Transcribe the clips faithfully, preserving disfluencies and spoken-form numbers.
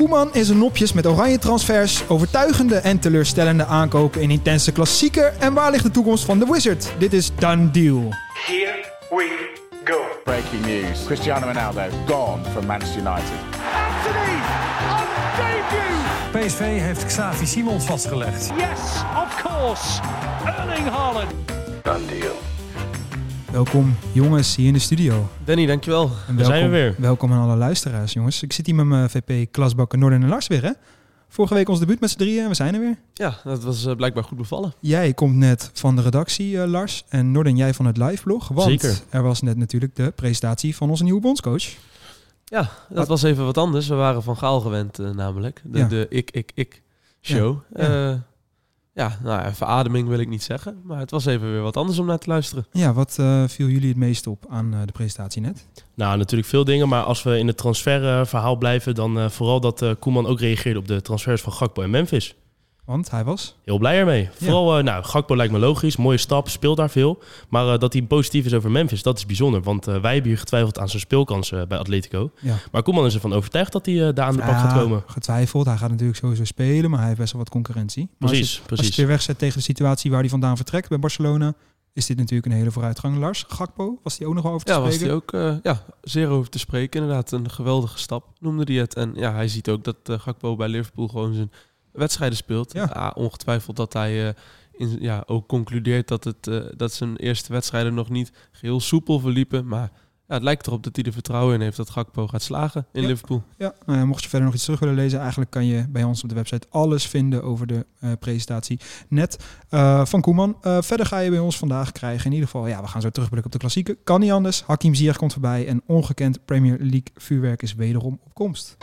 Koeman en zijn nopjes met oranje transfers, overtuigende en teleurstellende aankopen in intense klassieker en waar ligt de toekomst van de Wizard? Dit is Done Deal. Here we go. Breaking news. Cristiano Ronaldo gone from Manchester United. Anthony on debut. P S V heeft Xavi Simons vastgelegd. Yes, of course. Erling Haaland. Done deal. Welkom jongens hier in de studio. Danny, dankjewel. En Daar welkom, zijn we weer. Welkom aan alle luisteraars jongens. Ik zit hier met mijn V P-klasbakken Norden en Lars weer hè. Vorige week ons debuut met z'n drieën en we zijn er weer. Ja, dat was uh, blijkbaar goed bevallen. Jij komt net van de redactie uh, Lars en Norden jij van het liveblog. Want Zeker. Er was net natuurlijk de presentatie van onze nieuwe bondscoach. Ja, dat wat? was even wat anders. We waren van Gaal gewend uh, namelijk. De, ja. de ik, ik, ik show. Ja, ja. Uh, ja, nou ja, verademing wil ik niet zeggen. Maar het was even weer wat anders om naar te luisteren. Ja, wat uh, viel jullie het meest op aan uh, de presentatie net? Nou, natuurlijk veel dingen. Maar als we in het transferverhaal blijven, dan uh, vooral dat uh, Koeman ook reageerde op de transfers van Gakpo en Memphis. Want hij was? Heel blij ermee. Vooral, ja. uh, nou, Gakpo lijkt me logisch. Mooie stap, speelt daar veel. Maar uh, dat hij positief is over Memphis, dat is bijzonder. Want uh, wij hebben hier getwijfeld aan zijn speelkansen uh, bij Atletico. Ja. Maar Koeman is ervan overtuigd dat hij uh, daar aan de ja, pak gaat komen. Getwijfeld. Hij gaat natuurlijk sowieso spelen, maar hij heeft best wel wat concurrentie. Maar precies, als je, precies. Als je het weer wegzet tegen de situatie waar hij vandaan vertrekt bij Barcelona, is dit natuurlijk een hele vooruitgang. Lars, Gakpo, was die ook nog over te ja, spreken? Ja, was die ook uh, ja, zeer over te spreken. Inderdaad, een geweldige stap noemde hij het. En ja, hij ziet ook dat uh, Gakpo bij Liverpool gewoon zijn wedstrijden speelt. Ja. Ja, ongetwijfeld dat hij uh, in, ja, ook concludeert dat, het, uh, dat zijn eerste wedstrijden nog niet geheel soepel verliepen. Maar ja, het lijkt erop dat hij er vertrouwen in heeft dat Gakpo gaat slagen in ja. Liverpool. Ja, nou ja, mocht je verder nog iets terug willen lezen, eigenlijk kan je bij ons op de website alles vinden over de uh, presentatie net uh, van Koeman. Uh, verder ga je bij ons vandaag krijgen. In ieder geval, ja, we gaan zo terugblikken op de klassieken. Kan niet anders. Hakim Ziyech komt voorbij en ongekend Premier League vuurwerk is wederom op komst.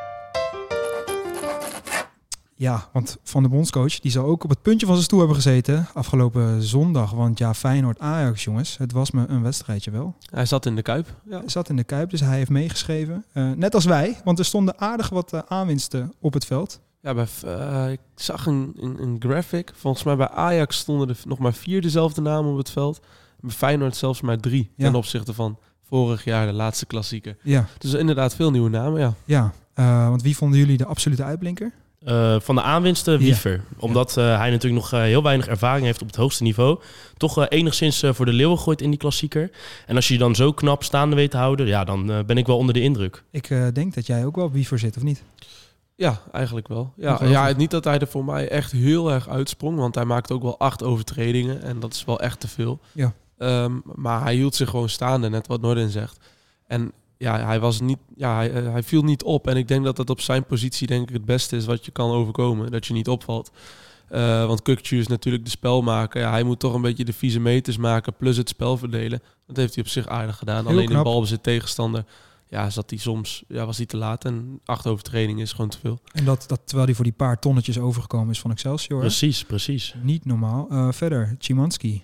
Ja, want Van de bondscoach, die zal ook op het puntje van zijn stoel hebben gezeten afgelopen zondag. Want ja, Feyenoord-Ajax, jongens, het was me een wedstrijdje wel. Hij zat in de Kuip. Ja. Hij zat in de Kuip, dus hij heeft meegeschreven. Uh, net als wij, want er stonden aardig wat uh, aanwinsten op het veld. Ja, bij, uh, ik zag een, een, een graphic. Volgens mij bij Ajax stonden er nog maar vier dezelfde namen op het veld. Bij Feyenoord zelfs maar drie, ja. ten opzichte van vorig jaar de laatste klassieker. Ja. Dus inderdaad veel nieuwe namen, ja. Ja, uh, want wie vonden jullie de absolute uitblinker? Uh, van de aanwinsten Wiever. Ja. Omdat uh, hij natuurlijk nog uh, heel weinig ervaring heeft op het hoogste niveau. Toch uh, enigszins uh, voor de leeuwen gooit in die klassieker. En als je je dan zo knap staande weet te houden, ja, dan uh, ben ik wel onder de indruk. Ik uh, denk dat jij ook wel op Wiever zit, of niet? Ja, eigenlijk wel. Ja, ja, niet dat hij er voor mij echt heel erg uitsprong, want hij maakte ook wel acht overtredingen en dat is wel echt te veel. Ja. Um, maar hij hield zich gewoon staande, net wat Norden zegt. En ja, hij was niet, ja, hij, uh, hij viel niet op. En ik denk dat dat op zijn positie denk ik het beste is wat je kan overkomen. Dat je niet opvalt. Uh, want Kukçu is natuurlijk de spelmaker. Ja, hij moet toch een beetje de vieze meters maken plus het spel verdelen. Dat heeft hij op zich aardig gedaan. Heel Alleen knap. in balbezit tegenstander, ja, zat hij soms, ja, was hij te laat. En acht overtredingen is gewoon te veel. En dat, dat terwijl hij voor die paar tonnetjes overgekomen is van Excelsior. Precies, precies. Niet normaal. Uh, verder, Szymanski.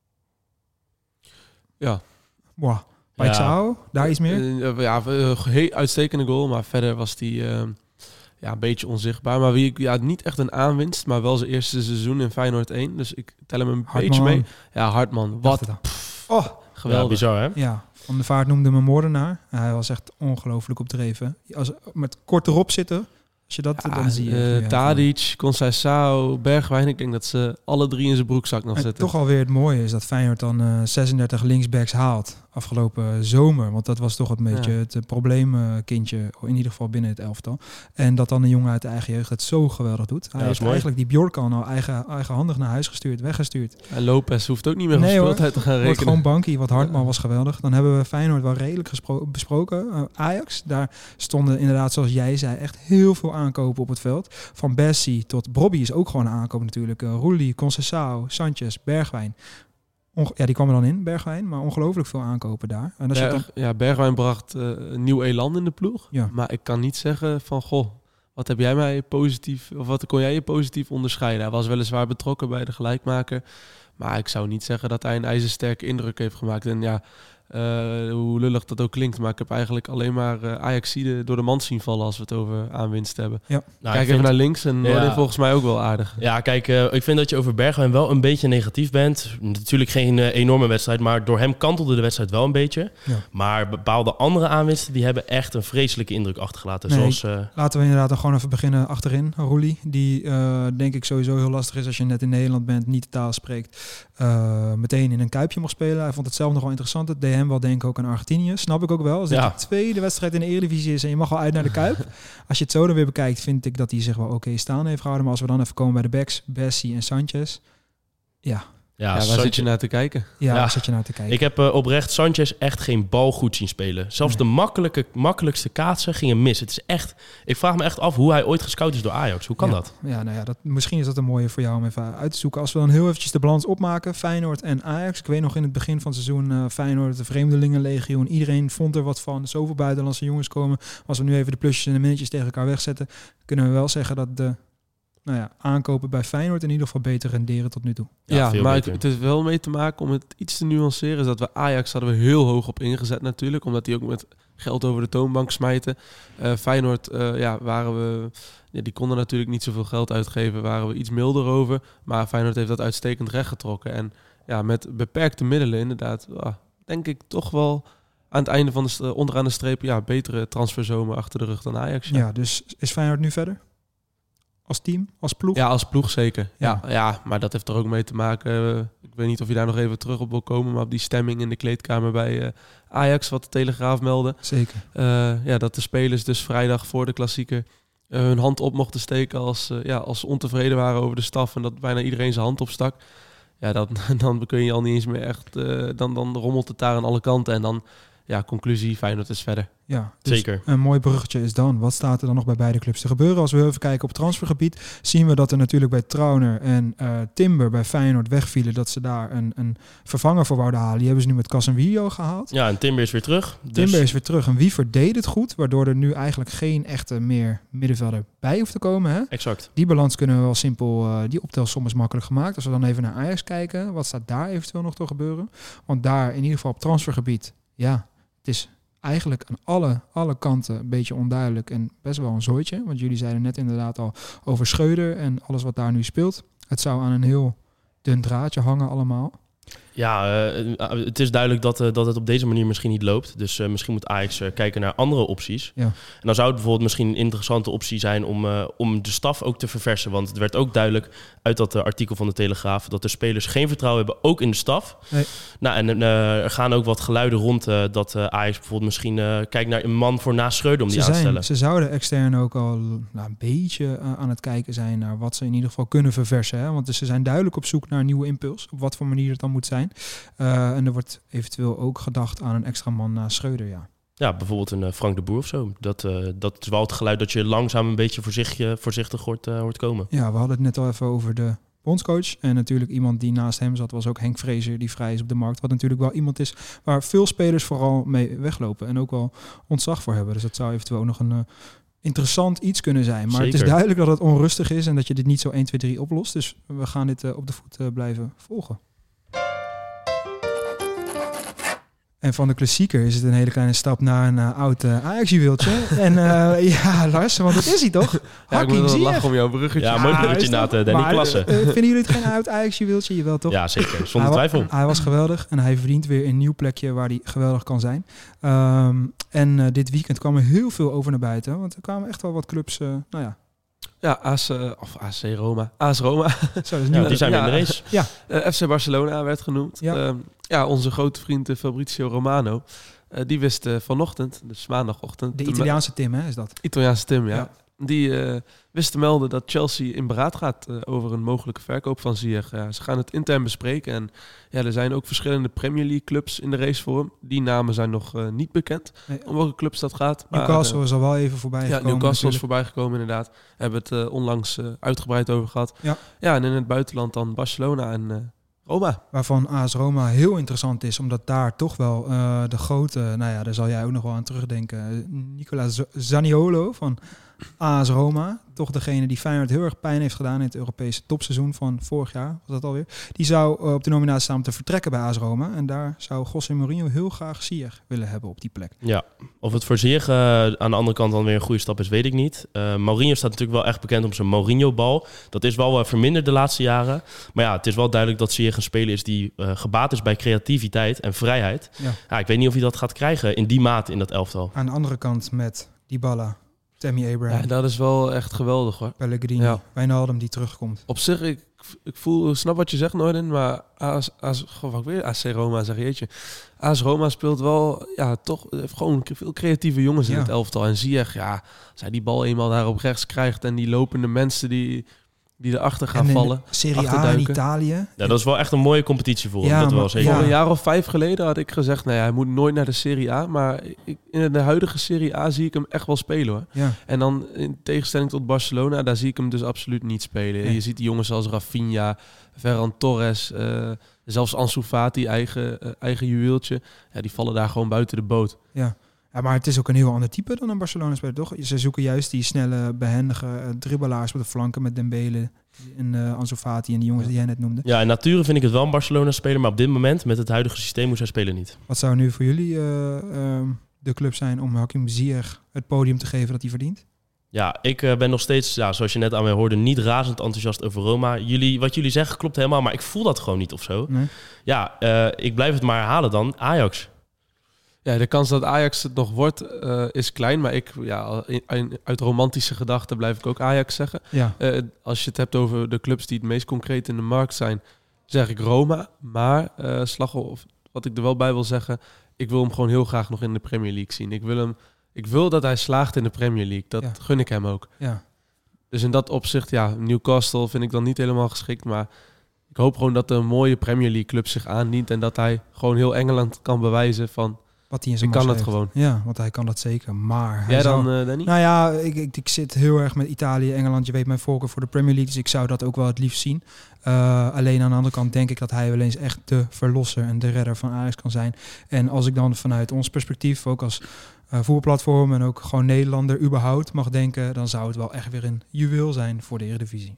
Ja. Wow. Ja. Daar iets meer? Uh, ja, uh, uitstekende goal, maar verder was hij uh, ja, een beetje onzichtbaar. Maar wie ik ja, niet echt een aanwinst, maar wel zijn eerste seizoen in Feyenoord één. Dus ik tel hem een Hartman. beetje mee. Ja, Hartman. Wat? Pff, oh, geweldig. Ja, bizar, hè? Ja, Van der Vaart noemde me moordenaar. Hij was echt ongelooflijk opdreven. Als met kort erop zitten, als je dat ja, dan zie je. Uh, Tadic, Conceição, Bergwijn. Ik denk dat ze alle drie in zijn broekzak nog en zitten. Toch alweer het mooie is dat Feyenoord dan uh, zesendertig linksbacks haalt afgelopen zomer. Want dat was toch een beetje ja. het uh, probleemkindje, in ieder geval binnen het elftal. En dat dan een jongen uit de eigen jeugd het zo geweldig doet. Hij ja, heeft eigenlijk die Bjorkan al eigen, eigenhandig naar huis gestuurd, weggestuurd. En Lopez hoeft ook niet meer nee, gespeeld te gaan rekenen. Wordt gewoon bankie, wat Hartman was geweldig. Dan hebben we Feyenoord wel redelijk gespro- besproken. Uh, Ajax, daar stonden inderdaad, zoals jij zei, echt heel veel aankopen op het veld. Van Bessie tot Brobby is ook gewoon een aankoop natuurlijk. Uh, Roelie, Conceição, Sanchez, Bergwijn. Onge- ja, die kwam er dan in, Bergwijn, maar ongelooflijk veel aankopen daar. En als Berg, je dan... Ja, Bergwijn bracht uh, een nieuw elan in de ploeg. Ja. Maar ik kan niet zeggen van, goh, wat heb jij mij positief, of wat kon jij je positief onderscheiden? Hij was weliswaar betrokken bij de gelijkmaker, maar ik zou niet zeggen dat hij een ijzersterke indruk heeft gemaakt. En ja, Uh, hoe lullig dat ook klinkt. Maar ik heb eigenlijk alleen maar uh, Ajaxide door de mand zien vallen als we het over aanwinst hebben. Ja. Nou, kijk even naar links en ja. Worden volgens mij ook wel aardig. Ja, kijk, uh, ik vind dat je over Bergwijn wel een beetje negatief bent. Natuurlijk geen uh, enorme wedstrijd, maar door hem kantelde de wedstrijd wel een beetje. Ja. Maar bepaalde andere aanwinsten, die hebben echt een vreselijke indruk achtergelaten. Nee, zoals, uh... laten we inderdaad dan gewoon even beginnen achterin. Roelie, die uh, denk ik sowieso heel lastig is als je net in Nederland bent, niet de taal spreekt. Uh, meteen in een kuipje mag spelen. Hij vond het zelf nog wel interessant. Het deed hem wel denken ook aan Argentinië. Snap ik ook wel. Als dit ja. de tweede wedstrijd in de Eredivisie is en je mag al uit naar de Kuip. Als je het zo dan weer bekijkt, vind ik dat hij zich wel oké okay staan heeft gehouden. Maar als we dan even komen bij de backs, Bessie en Sanchez. Ja. Ja, ja waar Sanchez... zit je naar te kijken? Ja, ja, waar zit je naar te kijken? Ik heb uh, oprecht Sanchez echt geen bal goed zien spelen. Zelfs nee. de makkelijke, makkelijkste kaatsen gingen mis. Het is echt... Ik vraag me echt af hoe hij ooit gescout is door Ajax. Hoe kan ja. dat? Ja, nou ja, dat, misschien is dat een mooie voor jou om even uit te zoeken. Als we dan heel eventjes de balans opmaken. Feyenoord en Ajax. Ik weet nog in het begin van het seizoen uh, Feyenoord, de Vreemdelingenlegioen. Iedereen vond er wat van. Zoveel buitenlandse jongens komen. Als we nu even de plusjes en de minnetjes tegen elkaar wegzetten, kunnen we wel zeggen dat de... Nou ja, aankopen bij Feyenoord in ieder geval beter renderen tot nu toe. Ja, ja maar het, het is wel mee te maken om het iets te nuanceren. Is dat we Ajax hadden we heel hoog op ingezet natuurlijk. Omdat die ook met geld over de toonbank smijten. Uh, Feyenoord, uh, ja, waren we... Ja, die konden natuurlijk niet zoveel geld uitgeven. Waren we iets milder over. Maar Feyenoord heeft dat uitstekend rechtgetrokken. En ja, met beperkte middelen inderdaad... Uh, denk ik toch wel... aan het einde van de st- onderaan de streep... ja, betere transferzomer achter de rug dan Ajax. Ja, ja, dus is Feyenoord nu verder? Als team, als ploeg? Ja, als ploeg zeker. Ja, ja, ja, maar dat heeft er ook mee te maken. Uh, ik weet niet of je daar nog even terug op wil komen, maar op die stemming in de kleedkamer bij uh, Ajax, wat de Telegraaf meldde. Zeker. Uh, ja, dat de spelers dus vrijdag voor de klassieker uh, hun hand op mochten steken als, uh, ja, als ze ontevreden waren over de staf en dat bijna iedereen zijn hand opstak. Ja, dat, dan kun je al niet eens meer echt... Uh, dan, dan rommelt het daar aan alle kanten en dan... Ja, conclusie, Feyenoord is verder. Ja, dus zeker. Een mooi bruggetje is dan. Wat staat er dan nog bij beide clubs te gebeuren? Als we even kijken op het transfergebied, zien we dat er natuurlijk bij Trauner en uh, Timber bij Feyenoord wegvielen. Dat ze daar een, een vervanger voor wouden halen. Die hebben ze nu met Casemiro gehaald. Ja, en Timber is weer terug. Dus... Timber is weer terug. En Wiever deed het goed, waardoor er nu eigenlijk geen echte meer middenvelder bij hoeft te komen. Hè? Exact. Die balans kunnen we wel simpel, uh, die optelsom is makkelijk gemaakt. Als we dan even naar Ajax kijken, wat staat daar eventueel nog te gebeuren? Want daar in ieder geval op transfergebied, ja... Het is eigenlijk aan alle, alle kanten een beetje onduidelijk en best wel een zooitje. Want jullie zeiden net inderdaad al over Schreuder en alles wat daar nu speelt. Het zou aan een heel dun draadje hangen allemaal. Ja, uh, het is duidelijk dat, uh, dat het op deze manier misschien niet loopt. Dus uh, misschien moet Ajax uh, kijken naar andere opties. Ja. En dan zou het bijvoorbeeld misschien een interessante optie zijn om, uh, om de staf ook te verversen. Want het werd ook duidelijk uit dat uh, artikel van de Telegraaf dat de spelers geen vertrouwen hebben, ook in de staf. Nee. Nou, en uh, er gaan ook wat geluiden rond uh, dat uh, Ajax bijvoorbeeld misschien uh, kijkt naar een man voor naast Schreuder om die ze aan te zijn, stellen. Ze zouden extern ook al nou, een beetje uh, aan het kijken zijn naar wat ze in ieder geval kunnen verversen. Hè? Want dus ze zijn duidelijk op zoek naar een nieuwe impuls. Op wat voor manier het dan moet zijn. Uh, en er wordt eventueel ook gedacht aan een extra man naast Schreuder, ja. Ja, bijvoorbeeld een uh, Frank de Boer of zo. Dat, uh, dat is wel het geluid dat je langzaam een beetje voorzichtig, voorzichtig hoort, uh, hoort komen. Ja, we hadden het net al even over de bondscoach. En natuurlijk iemand die naast hem zat was ook Henk Vrezer, die vrij is op de markt. Wat natuurlijk wel iemand is waar veel spelers vooral mee weglopen. En ook wel ontzag voor hebben. Dus dat zou eventueel ook nog een... Uh, interessant iets kunnen zijn. Maar Zeker. Het is duidelijk dat het onrustig is en dat je dit niet zo één, twee, drie oplost. Dus we gaan dit uh, op de voet uh, blijven volgen. En van de klassieker is het een hele kleine stap naar een uh, oud uh, Ajax-juweeltje. en uh, ja, Lars, want dat is hij toch? Ja, ik moet wel lachen om jouw bruggetje. Ja, mooi bruggetje na de Danny Klassen. Uh, vinden jullie het geen oud Ajax-juweeltje? Jawel, toch? Ja, zeker. Zonder hij twijfel. Wa- hij was geweldig en hij verdient weer een nieuw plekje waar hij geweldig kan zijn. Um, en uh, dit weekend kwam er heel veel over naar buiten. Want er kwamen echt wel wat clubs, uh, nou ja... Ja, A C, of A C Roma. A S Roma. Zo, dus ja, die zijn weer ja, in de race. Ja. Uh, F C Barcelona werd genoemd. Ja, uh, ja onze grote vriend uh, Fabrizio Romano. Uh, die wist uh, vanochtend, dus maandagochtend... De Italiaanse Tim, hè, is dat? Italiaanse Tim, ja. ja. Die uh, wist te melden dat Chelsea in beraad gaat uh, over een mogelijke verkoop van Ziyech. Ja, ze gaan het intern bespreken. En ja, er zijn ook verschillende Premier League clubs in de race voor hem. Die namen zijn nog uh, niet bekend, nee. om welke clubs dat gaat. Newcastle maar, uh, is al wel even voorbij ja, gekomen. Newcastle is voorbij gekomen inderdaad. We hebben het uh, onlangs uh, uitgebreid over gehad. Ja. ja, en in het buitenland dan Barcelona en... Uh, Roma. Waarvan A S Roma heel interessant is, omdat daar toch wel uh, de grote, nou ja, daar zal jij ook nog wel aan terugdenken, Nicola Z- Zaniolo van A S Roma, toch degene die Feyenoord heel erg pijn heeft gedaan in het Europese topseizoen van vorig jaar, was dat alweer. Die zou uh, op de nominatie staan om te vertrekken bij A S Roma. En daar zou José Mourinho heel graag Ziyech willen hebben op die plek. Ja, of het voor Ziyech uh, aan de andere kant dan weer een goede stap is, weet ik niet. Uh, Mourinho staat natuurlijk wel echt bekend om zijn Mourinho-bal. Dat is wel uh, verminderd de laatste jaren. Maar ja, het is wel duidelijk dat Ziyech een speler is die uh, gebaat is bij creativiteit en vrijheid. Ja. Ja, ik weet niet of hij dat gaat krijgen in die mate in dat elftal. Aan de andere kant met Dybala, Tammy Abraham. Ja, dat is wel echt geweldig hoor. Pellegrini, ja. Wijnaldum die terugkomt. Op zich, ik, ik voel, snap wat je zegt, Noorden, maar AS, AS, goh, wat weer A C Roma zeg jeetje. A S Roma speelt wel, ja, toch gewoon veel creatieve jongens in ja. het elftal. En Ziyech, ja, als hij die bal eenmaal daar op rechts krijgt en die lopende mensen die, die erachter gaan en vallen. Serie A in Italië. Ja, dat is wel echt een mooie competitie voor hem. Ja, dat maar, wel zeker. Voor ja. een jaar of vijf geleden had ik gezegd, nou ja, hij moet nooit naar de Serie A. Maar ik, in de huidige Serie A zie ik hem echt wel spelen hoor. Ja. En dan in tegenstelling tot Barcelona, daar zie ik hem dus absoluut niet spelen. Nee. Je ziet die jongens als Rafinha, Ferran Torres, uh, zelfs Ansu Fati, eigen, uh, eigen juweeltje. Ja, die vallen daar gewoon buiten de boot. Ja. Ja, maar het is ook een heel ander type dan een Barcelona-speler, toch? Ze zoeken juist die snelle, behendige uh, dribbelaars op de flanken met Dembele en uh, Ansu Fati en die jongens die jij net noemde. Ja, in nature vind ik het wel een Barcelona-speler, maar op dit moment met het huidige systeem moet hij spelen niet. Wat zou nu voor jullie uh, uh, de club zijn om Hakim Ziyech het podium te geven dat hij verdient? Ja, ik uh, ben nog steeds, ja, zoals je net aan mij hoorde, niet razend enthousiast over Roma. Jullie, wat jullie zeggen klopt helemaal, maar ik voel dat gewoon niet of zo. Nee. Ja, uh, ik blijf het maar herhalen dan. Ajax. Ja, de kans dat Ajax het nog wordt uh, is klein. Maar ik, ja, in, in, uit romantische gedachten blijf ik ook Ajax zeggen. Ja. Uh, als je het hebt over de clubs die het meest concreet in de markt zijn, zeg ik Roma. Maar uh, slag of wat ik er wel bij wil zeggen, ik wil hem gewoon heel graag nog in de Premier League zien. Ik wil, hem, ik wil dat hij slaagt in de Premier League. Dat ja. gun ik hem ook. Ja. Dus in dat opzicht, ja, Newcastle vind ik dan niet helemaal geschikt. Maar ik hoop gewoon dat een mooie Premier League club zich aandient en dat hij gewoon heel Engeland kan bewijzen van... Wat hij in zijn ik kan dat heeft. gewoon. Ja, want hij kan dat zeker. Maar hij Jij zou... dan, uh, Danny? Nou ja, ik, ik, ik zit heel erg met Italië, Engeland. Je weet mijn voorkeur voor de Premier League, dus ik zou dat ook wel het liefst zien. Uh, alleen aan de andere kant denk ik dat hij wel eens echt de verlosser en de redder van Ajax kan zijn. En als ik dan vanuit ons perspectief, ook als uh, voetbalplatform en ook gewoon Nederlander überhaupt mag denken, dan zou het wel echt weer een juweel zijn voor de Eredivisie.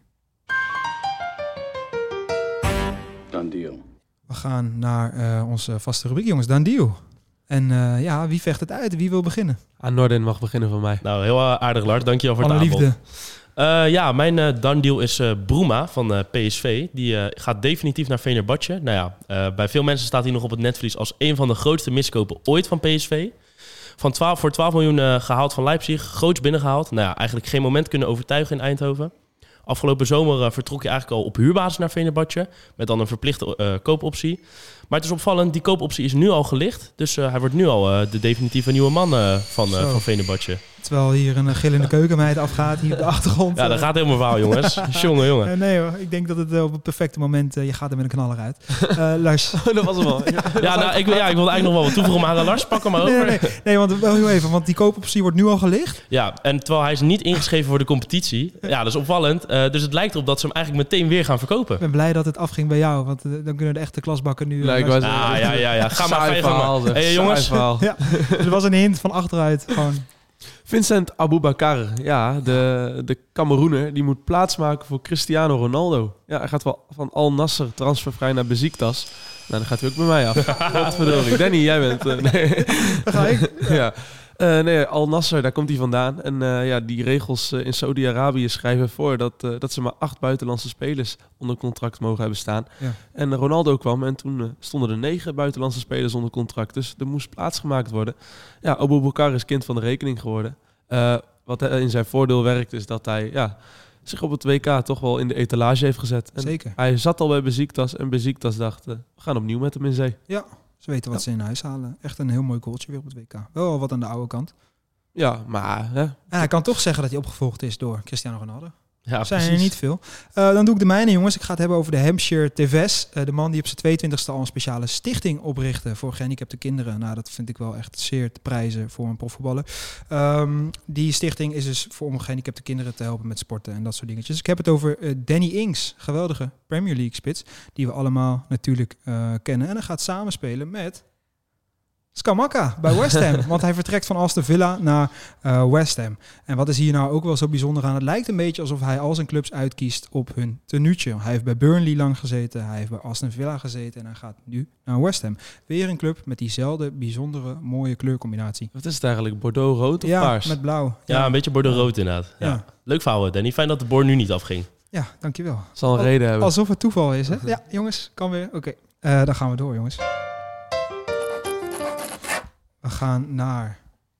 Done deal. We gaan naar uh, onze vaste rubriek, jongens. Done deal. En uh, ja, wie vecht het uit? Wie wil beginnen? Ah, Norden mag beginnen van mij. Nou, heel aardig, Lars. Dankjewel voor Alle het aanbod. liefde. Uh, ja, mijn uh, done deal is uh, Bruma van uh, P S V. Die uh, gaat definitief naar Fenerbahce. Nou ja, uh, bij veel mensen staat hij nog op het netvlies als een van de grootste miskopen ooit van P S V. Van twaalf, voor twaalf miljoen uh, gehaald van Leipzig. Groots binnengehaald. Nou ja, eigenlijk geen moment kunnen overtuigen in Eindhoven. Afgelopen zomer uh, vertrok je eigenlijk al op huurbasis naar Fenerbahce. Met dan een verplichte uh, koopoptie. Maar het is opvallend, die koopoptie is nu al gelicht. Dus uh, hij wordt nu al uh, de definitieve nieuwe man uh, van, uh, van Fenerbahce. Terwijl hier een gillende keukenmeid afgaat hier op de achtergrond. Ja, dat gaat helemaal verhaal, jongens. jongen, jongen. Uh, nee hoor, ik denk dat het uh, op het perfecte moment... Uh, je gaat er met een knaller uit. Uh, Lars. Dat was hem al. Ja, ja, nou, ik, ja, ik wilde eigenlijk nog wel wat toevoegen. Maar Lars, pak hem maar over. Nee, nee, nee. nee want wel heel even. Want die koopoptie wordt nu al gelicht. Ja, en terwijl hij is niet ingeschreven voor de competitie. Ja, dat is opvallend. Uh, dus het lijkt erop dat ze hem eigenlijk meteen weer gaan verkopen. Ik ben blij dat het afging bij jou. Want uh, dan kunnen de echte klasbakken nu... Uh, nee, ik was, ah, ja, ja, ja. Ga maar, ga maar. Hey, jongens. Ja, er was een hint van achteruit. Gewoon... Vincent Aboubakar, ja, de, de Cameroener, die moet plaatsmaken voor Cristiano Ronaldo. Ja, hij gaat wel van Al Nassr transfervrij naar Besiktas. Nou, dan gaat hij ook bij mij af. Wat verdorie. Danny, jij bent... Uh, nee. Daar ga ik. Ja. Uh, nee, Al Nassr, daar komt hij vandaan. En uh, ja, die regels uh, in Saudi-Arabië schrijven voor dat, uh, dat ze maar acht buitenlandse spelers onder contract mogen hebben staan. Ja. En uh, Ronaldo kwam en toen uh, stonden er negen buitenlandse spelers onder contract. Dus er moest plaatsgemaakt worden. Ja, Aboubakar is kind van de rekening geworden. Uh, wat in zijn voordeel werkt is dat hij ja, zich op het W K toch wel in de etalage heeft gezet. En zeker. Hij zat al bij Besiktas en Besiktas dacht, uh, we gaan opnieuw met hem in zee. Ja. Ze weten wat ja. ze in huis halen. Echt een heel mooi goaltje weer op het W K. Wel wat aan de oude kant. Ja, maar... Hè. En hij kan toch zeggen dat hij opgevolgd is door Cristiano Ronaldo. Ja, zijn er niet veel. Uh, dan doe ik de mijne, jongens. Ik ga het hebben over de Hampshire Tevez. Uh, de man die op zijn tweeëntwintigste al een speciale stichting oprichtte voor gehandicapte kinderen. Nou, dat vind ik wel echt zeer te prijzen voor een profvoetballer. Um, die stichting is dus voor om gehandicapte kinderen te helpen met sporten en dat soort dingetjes. Ik heb het over uh, Danny Ings, geweldige Premier League spits, die we allemaal natuurlijk uh, kennen. En hij gaat samenspelen met... Scamacca bij West Ham. Want hij vertrekt van Aston Villa naar uh, West Ham. En wat is hier nou ook wel zo bijzonder aan? Het lijkt een beetje alsof hij al zijn clubs uitkiest op hun tenuutje. Hij heeft bij Burnley lang gezeten. Hij heeft bij Aston Villa gezeten. En hij gaat nu naar West Ham. Weer een club met diezelfde bijzondere mooie kleurcombinatie. Wat is het eigenlijk? Bordeaux-rood of ja, paars? met blauw. Ja, ja een beetje Bordeaux-rood inderdaad. Ja. Ja. Leuk verhaal, Danny. Fijn dat de boor nu niet afging. Ja, dankjewel. Zal een Al, reden hebben. Alsof het toeval is, hè? Ja, jongens, kan weer. Oké, okay. uh, dan gaan we door, jongens. We gaan naar...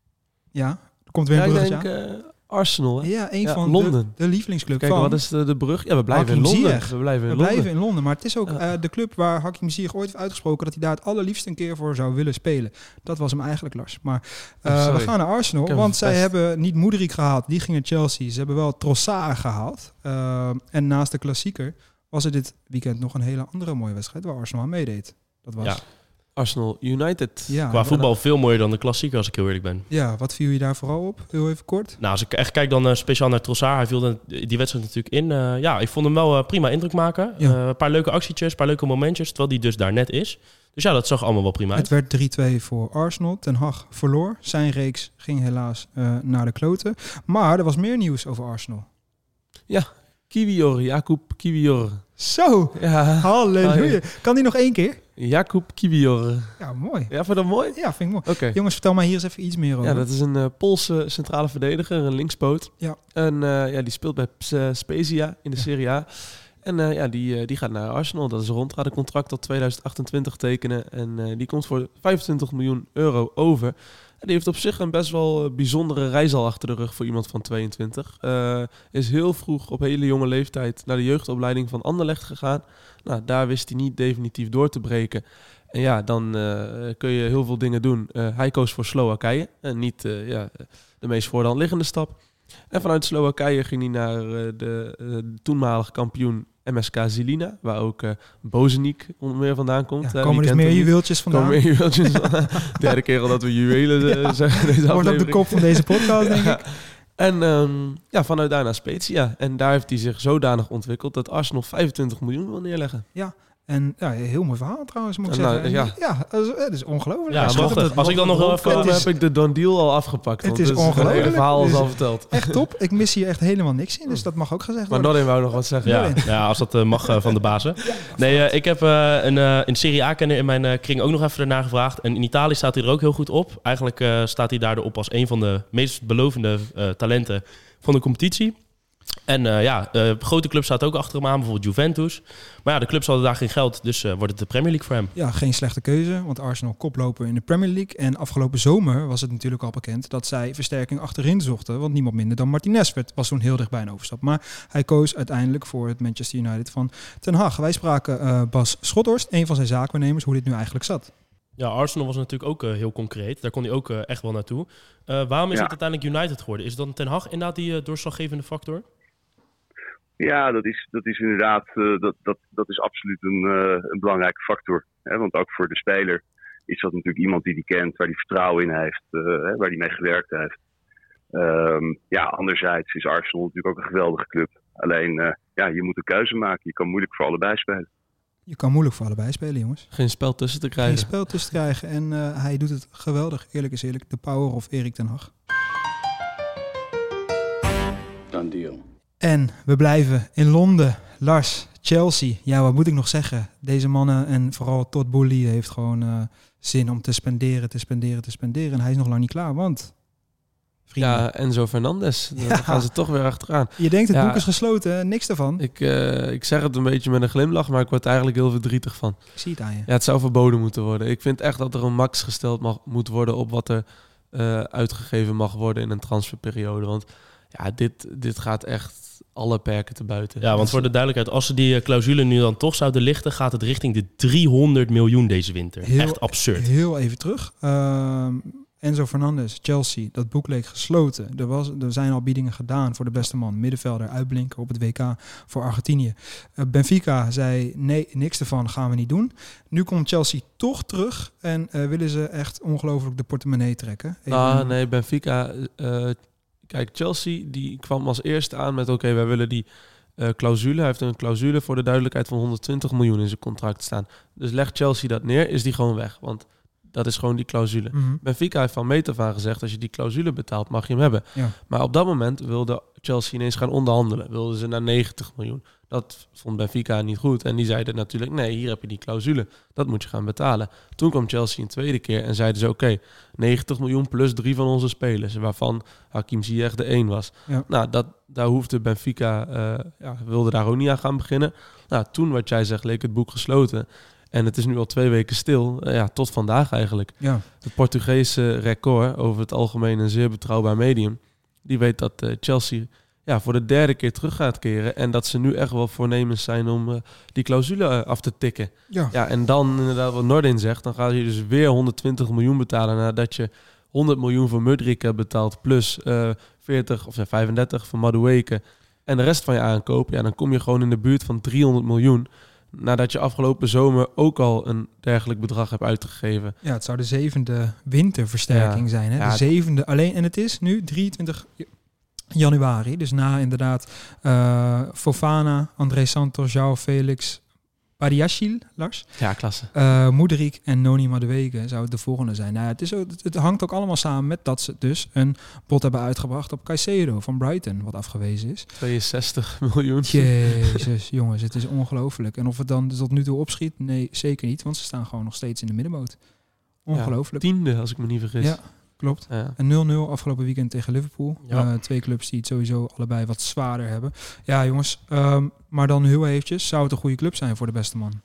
Ja, er komt weer een ja, bruggetje ik denk uh, Arsenal. Hè? Ja, een ja, van Londen. De, de lievelingsclub Kijk, van... wat is de, de brug? Ja, we blijven Hakim in Londen. Ziyech. We blijven in we Londen. blijven in Londen, maar het is ook ja. uh, de club waar Hakim Ziyech ooit heeft uitgesproken dat hij daar het allerliefst een keer voor zou willen spelen. Dat was hem eigenlijk, Lars. Maar uh, oh, we gaan naar Arsenal, want zij hebben niet Moederik gehaald, die ging naar Chelsea. Ze hebben wel Trossard gehaald. Uh, en naast de klassieker was er dit weekend nog een hele andere mooie wedstrijd waar Arsenal aan meedeed. Dat was... Ja. Arsenal United. Ja, Qua voetbal veel mooier dan de klassieker, als ik heel eerlijk ben. Ja, wat viel je daar vooral op? Heel even kort. Nou, als ik echt kijk dan uh, speciaal naar Trossard. Hij viel dan die wedstrijd natuurlijk in. Uh, ja, ik vond hem wel uh, prima indruk maken. Ja. Uh, een paar leuke actietjes, een paar leuke momentjes. Terwijl die dus daar net is. Dus ja, dat zag allemaal wel prima uit. Het werd drie twee voor Arsenal. Ten Hag verloor. Zijn reeks ging helaas uh, naar de kloten. Maar er was meer nieuws over Arsenal. Ja, Kiwior, Jakub Kiwior. Zo, ja. Halleluja. Kan die nog één keer? Jakub Kiwior. Ja, mooi. Ja, vond je dat mooi? Ja, vind ik mooi. Okay. Jongens, vertel mij hier eens even iets meer over. Ja, dat is een uh, Poolse centrale verdediger, een linkspoot. Ja. En uh, ja, die speelt bij uh, Spezia in de ja. Serie A. En uh, ja, die, uh, die gaat naar Arsenal. Dat is een rondtradencontract tot tweeduizend achtentwintig tekenen. En uh, die komt voor vijfentwintig miljoen euro over. En die heeft op zich een best wel bijzondere reis al achter de rug voor iemand van tweeëntwintig. Uh, is heel vroeg op hele jonge leeftijd naar de jeugdopleiding van Anderlecht gegaan. Nou, daar wist hij niet definitief door te breken. En ja, dan uh, kun je heel veel dingen doen. Uh, hij koos voor Slowakije. En niet uh, ja, de meest voor de hand liggende stap. En vanuit Slowakije ging hij naar uh, de uh, toenmalige kampioen M S K Žilina, waar ook uh, Bozenik onder meer vandaan komt. Ja, komen uh, dus meer juweeltjes vandaan. Komen meer juweeltjes vandaan. Derde keer al dat we juwelen uh, zeggen deze Wordt op de kop van deze podcast, denk ja. ik. En um, ja, vanuit daar naar Spezia. En daar heeft hij zich zodanig ontwikkeld dat Arsenal vijfentwintig miljoen wil neerleggen. Ja. En ja, heel mooi verhaal trouwens, moet ik nou, zeggen. Ja, ja het is ongelooflijk. Ja, ja, als, als ik dan nog wel even... Is, heb ik de Don Deal al afgepakt. Het is ongelooflijk. Het verhaal is al verteld. Echt top. Ik mis hier echt helemaal niks in, dus dat mag ook gezegd maar worden. Maar Nordin wou nog wat zeggen. Ja, ja als dat uh, mag uh, van de bazen. Ja. Nee, uh, ik heb uh, een, uh, een Serie A-kenner in mijn uh, kring ook nog even ernaar gevraagd. En in Italië staat hij er ook heel goed op. Eigenlijk uh, staat hij daardoor op als een van de meest belovende uh, talenten van de competitie. En uh, ja, uh, grote club staat ook achter hem aan, bijvoorbeeld Juventus. Maar ja, de clubs hadden daar geen geld, dus uh, wordt het de Premier League voor hem. Ja, geen slechte keuze, want Arsenal koploper in de Premier League. En afgelopen zomer was het natuurlijk al bekend dat zij versterking achterin zochten. Want niemand minder dan Martinez werd, was toen heel dicht bij een overstap. Maar hij koos uiteindelijk voor het Manchester United van Ten Hag. Wij spraken uh, Bas Schothorst, een van zijn zaakwaarnemers, hoe dit nu eigenlijk zat. Ja, Arsenal was natuurlijk ook uh, heel concreet. Daar kon hij ook uh, echt wel naartoe. Uh, waarom is ja. het uiteindelijk United geworden? Is dan Ten Hag inderdaad die uh, doorslaggevende factor? Ja, dat is, dat is inderdaad uh, dat, dat, dat is absoluut een, uh, een belangrijke factor. Hè? Want ook voor de speler is dat natuurlijk iemand die die kent, waar die vertrouwen in heeft, uh, hè, waar die mee gewerkt heeft. Um, ja, anderzijds is Arsenal natuurlijk ook een geweldige club. Alleen, uh, ja, je moet een keuze maken. Je kan moeilijk voor allebei spelen. Je kan moeilijk voor allebei spelen, jongens. Geen spel tussen te krijgen. Geen spel tussen te krijgen. En uh, hij doet het geweldig. Eerlijk is eerlijk. De power of Erik ten Hag. Done deal. En we blijven in Londen. Lars, Chelsea. Ja, wat moet ik nog zeggen? Deze mannen en vooral Todd Boehly heeft gewoon uh, zin om te spenderen, te spenderen, te spenderen. En hij is nog lang niet klaar, want... Vrienden. Ja, Enzo Fernandez. Dan ja. gaan ze toch weer achteraan. Je denkt het ja. boek is gesloten, niks daarvan. Ik, uh, ik zeg het een beetje met een glimlach, maar ik word er eigenlijk heel verdrietig van. Ik zie het aan je. Ja, het zou verboden moeten worden. Ik vind echt dat er een max gesteld mag, moet worden op wat er uh, uitgegeven mag worden in een transferperiode. Want ja, dit, dit gaat echt alle perken te buiten. Ja, want voor de duidelijkheid, als ze die clausule nu dan toch zouden lichten, gaat het richting de driehonderd miljoen deze winter. Heel, echt absurd. Heel even terug. Uh, Enzo Fernandez, Chelsea, dat boek leek gesloten. Er, was, er zijn al biedingen gedaan voor de beste man. Middenvelder, uitblinker op het W K voor Argentinië. Uh, Benfica zei, nee, niks ervan gaan we niet doen. Nu komt Chelsea toch terug en uh, willen ze echt ongelooflijk de portemonnee trekken. Even... Ah, nee, Benfica... Uh, kijk, Chelsea die kwam als eerste aan met, oké, okay, wij willen die uh, clausule. Hij heeft een clausule voor de duidelijkheid van honderdtwintig miljoen in zijn contract staan. Dus legt Chelsea dat neer, is die gewoon weg. Want Dat is gewoon die clausule. Mm-hmm. Benfica heeft van meet af aan gezegd, als je die clausule betaalt, mag je hem hebben. Ja. Maar op dat moment wilde Chelsea ineens gaan onderhandelen. Wilden ze naar negentig miljoen. Dat vond Benfica niet goed. En die zeiden natuurlijk, nee, hier heb je die clausule. Dat moet je gaan betalen. Toen kwam Chelsea een tweede keer en zeiden ze, oké, okay, negentig miljoen plus drie van onze spelers. Waarvan Hakim Ziyech de één was. Ja. Nou, dat, daar hoefde Benfica, uh, ja, wilde daar ook niet aan gaan beginnen. Nou, toen, wat jij zegt, leek het boek gesloten. En het is nu al twee weken stil, uh, ja, tot vandaag eigenlijk. Ja. Het Portugese record, over het algemeen een zeer betrouwbaar medium, die weet dat uh, Chelsea ja, voor de derde keer terug gaat keren. En dat ze nu echt wel voornemens zijn om uh, die clausule uh, af te tikken. Ja. ja, en dan inderdaad wat Nordin zegt, dan ga je dus weer honderdtwintig miljoen betalen nadat je honderd miljoen voor Mudryk hebt betaald, plus uh, veertig of ja, vijfendertig voor Madueke en de rest van je aankoop. Ja, dan kom je gewoon in de buurt van driehonderd miljoen. Nadat je afgelopen zomer ook al een dergelijk bedrag hebt uitgegeven. Ja, het zou de zevende winterversterking ja. zijn. Hè? Ja, de zevende alleen. En het is nu drieëntwintig januari. Dus na inderdaad uh, Fofana, André Santos, João Felix, Badiashile, Lars. Ja, klasse. Uh, Mudryk en Noni Madueke zou het de volgende zijn. Nou, het, is ook, het hangt ook allemaal samen met dat ze dus een bod hebben uitgebracht op Caicedo van Brighton, wat afgewezen is. tweeënzestig miljoen. Jezus, jongens, het is ongelooflijk. En of het dan tot nu toe opschiet? Nee, zeker niet, want ze staan gewoon nog steeds in de middenmoot. Ongelooflijk. Ja, tiende, als ik me niet vergis. Ja, klopt. Ja. En nul nul afgelopen weekend tegen Liverpool. Ja. Uh, twee clubs die het sowieso allebei wat zwaarder hebben. Ja, jongens. Um, maar dan heel eventjes. Zou het een goede club zijn voor de beste man?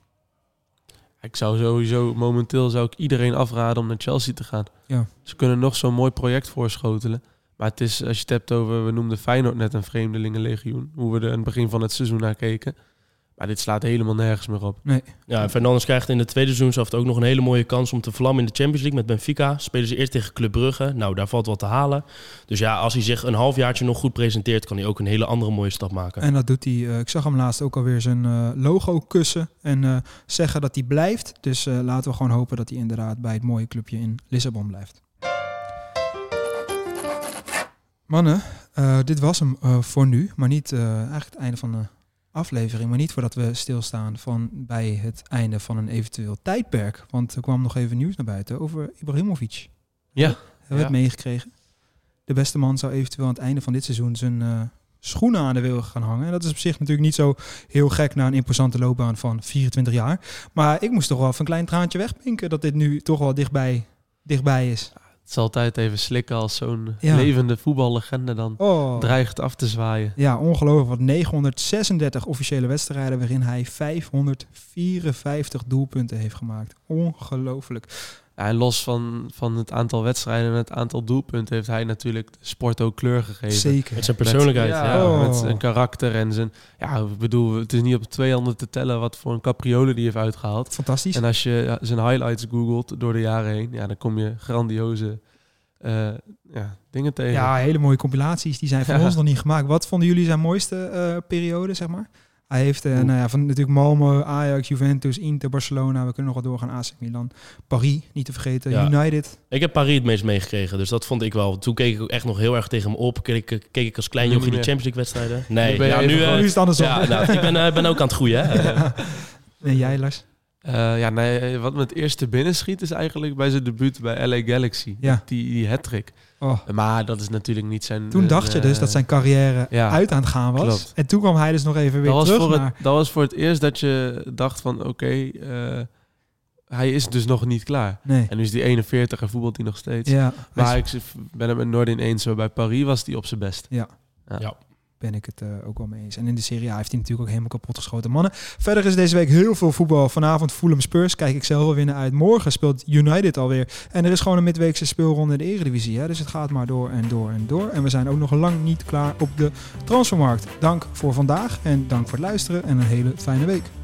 Ik zou sowieso, momenteel zou ik iedereen afraden om naar Chelsea te gaan. Ja. Ze kunnen nog zo'n mooi project voorschotelen. Maar het is, als je het hebt over, we noemden Feyenoord net een vreemdelingenlegioen. Hoe we er aan het begin van het seizoen naar keken. Maar dit slaat helemaal nergens meer op. Nee. Ja, en Fernandes krijgt in de tweede seizoenshelft ook nog een hele mooie kans om te vlammen in de Champions League met Benfica. Spelen ze eerst tegen Club Brugge. Nou, daar valt wat te halen. Dus ja, als hij zich een halfjaartje nog goed presenteert, kan hij ook een hele andere mooie stap maken. En dat doet hij. Uh, ik zag hem laatst ook alweer zijn uh, logo kussen en uh, zeggen dat hij blijft. Dus uh, laten we gewoon hopen dat hij inderdaad bij het mooie clubje in Lissabon blijft. Mannen, uh, dit was hem uh, voor nu. Maar niet uh, eigenlijk het einde van de aflevering, maar niet voordat we stilstaan van bij het einde van een eventueel tijdperk. Want er kwam nog even nieuws naar buiten over Ibrahimovic. Ja. Hebben we ja. het meegekregen? De beste man zou eventueel aan het einde van dit seizoen zijn uh, schoenen aan de wil gaan hangen. En dat is op zich natuurlijk niet zo heel gek na een imposante loopbaan van vierentwintig jaar. Maar ik moest toch wel even een klein traantje wegpinken dat dit nu toch wel dichtbij, dichtbij is. Het is altijd even slikken als zo'n Ja. levende voetballegende dan Oh. dreigt af te zwaaien. Ja, ongelooflijk. Wat negenhonderdzesendertig officiële wedstrijden waarin hij vijfhonderdvierenvijftig doelpunten heeft gemaakt. Ongelooflijk. Ja, en los van, van het aantal wedstrijden en het aantal doelpunten heeft hij natuurlijk de sport ook kleur gegeven. Zeker. Met zijn persoonlijkheid. Met, Ja, ja, Oh. met zijn karakter en zijn... Ja, ik bedoel, het is niet op twee handen te tellen wat voor een capriolen die heeft uitgehaald. Fantastisch. En als je ja, zijn highlights googelt door de jaren heen, ja, dan kom je grandioze uh, ja, dingen tegen. Ja, hele mooie compilaties. Die zijn voor Ja. ons nog niet gemaakt. Wat vonden jullie zijn mooiste uh, periode, zeg maar? Hij heeft uh, nou ja, van natuurlijk Malmö, Ajax, Juventus, Inter, Barcelona. We kunnen nog wel doorgaan. A C Milan, Paris, niet te vergeten. Ja. United. Ik heb Paris het meest meegekregen, dus dat vond ik wel. Toen keek ik ook echt nog heel erg tegen hem op. Keek ik, keek ik als klein Nu jochie niet die meer. Champions League wedstrijden. Nee, Nu ben je ja, even nu, uh, Nu is het andersom. ja, nou, ik ben, uh, ben ook aan het groeien. Hè? Ja. En jij, Lars? Uh, ja, nee, wat me het eerste binnenschiet is eigenlijk bij zijn debuut bij L A Galaxy. Ja. Die, die hat-trick. Oh. Maar dat is natuurlijk niet zijn... Toen dacht je uh, dus dat zijn carrière ja, uit aan het gaan was. klopt. En toen kwam hij dus nog even weer dat was, terug voor naar... het, dat was voor het eerst dat je dacht van oké, okay, uh, hij is dus nog niet klaar. Nee. En nu is die eenenveertig en voetbalt hij nog steeds. Ja, Maar hij ik ben het met Nordin eens, zo bij Paris was hij op zijn best. Ja. Ja. Ja. ben ik het uh, ook wel mee eens. En in de Serie A heeft hij natuurlijk ook helemaal kapot geschoten. Mannen, verder is deze week heel veel voetbal. Vanavond Fulham Spurs, kijk ik zelf wel winnen uit. Morgen speelt United alweer. En er is gewoon een midweekse speelronde in de Eredivisie. Hè? Dus het gaat maar door en door en door. En we zijn ook nog lang niet klaar op de transfermarkt. Dank voor vandaag en dank voor het luisteren en een hele fijne week.